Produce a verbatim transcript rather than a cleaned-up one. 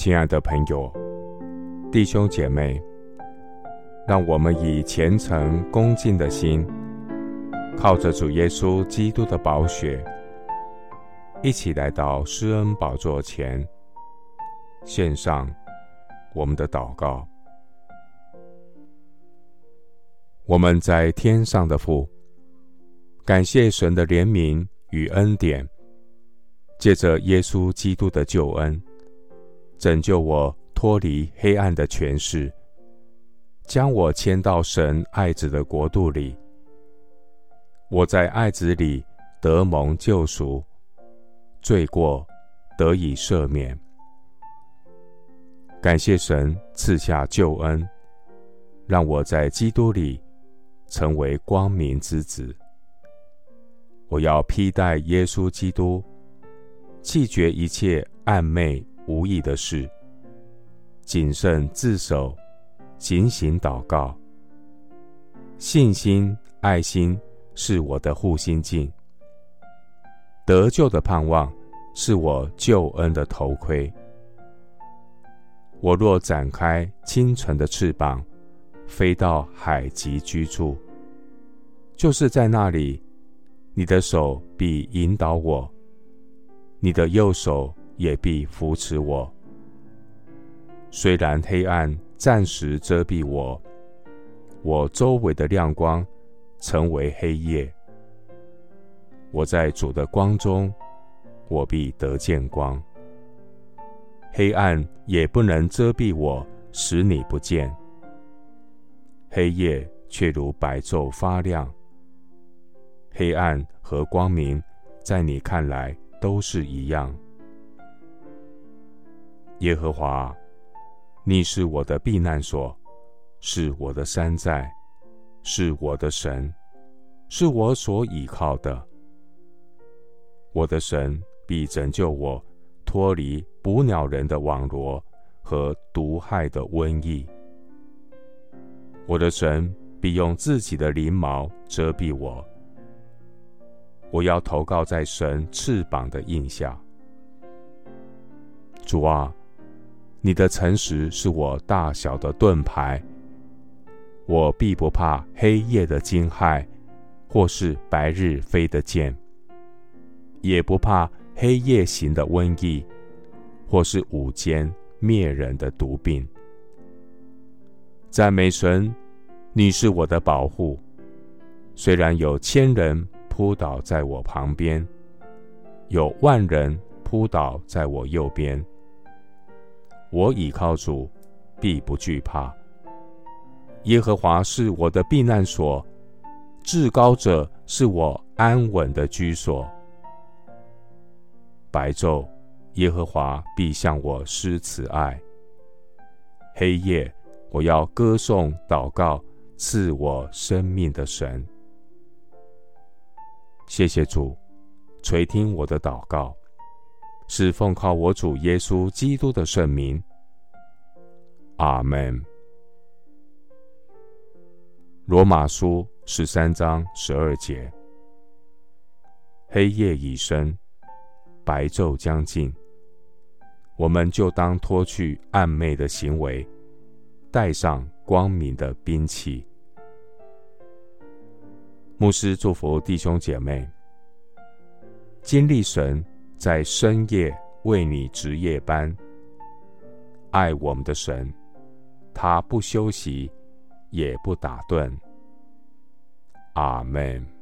亲爱的朋友、弟兄姐妹，让我们以虔诚恭敬的心，靠着主耶稣基督的宝血，一起来到施恩宝座前，献上我们的祷告。我们在天上的父，感谢神的怜悯与恩典，借着耶稣基督的救恩，拯救我脱离黑暗的权势，将我迁到神爱子的国度里。我在爱子里得蒙救赎，罪过得以赦免。感谢神赐下救恩，让我在基督里成为光明之子。我要披戴耶稣基督，弃绝一切暗昧无益的事，谨慎自守，警醒祷告。信心、爱心是我的护心镜，得救的盼望是我救恩的头盔。我若展开清晨的翅膀，飞到海极居住，就是在那里，你的手必引导我，你的右手也必扶持我。虽然黑暗暂时遮蔽我，我周围的亮光成为黑夜。我在主的光中，我必得见光。黑暗也不能遮蔽我，使你不见。黑夜却如白昼发亮。黑暗和光明在你看来都是一样。耶和华，你是我的避难所，是我的山寨，是我的神，是我所倚靠的。我的神必拯救我，脱离捕鸟人的网罗和毒害的瘟疫。我的神必用自己的翎毛遮蔽我。我要投靠在神翅膀的荫下。主啊，你的诚实是我大小的盾牌，我必不怕黑夜的惊骇，或是白日飞的箭，也不怕黑夜行的瘟疫，或是午间灭人的毒病。赞美神，你是我的保护，虽然有千人扑倒在我旁边，有万人扑倒在我右边，我倚靠主，必不惧怕。耶和华是我的避难所，至高者是我安稳的居所。白昼，耶和华必向我施慈爱；黑夜，我要歌颂祷告赐我生命的神。谢谢主垂听我的祷告，是奉靠我主耶稣基督的圣名。阿们。罗马书十三章十二节：黑夜已深，白昼将近，我们就当脱去暗昧的行为，带上光明的兵器。牧师祝福弟兄姐妹，经历神在深夜为你值夜班。爱我们的神，他不休息，也不打盹。阿们。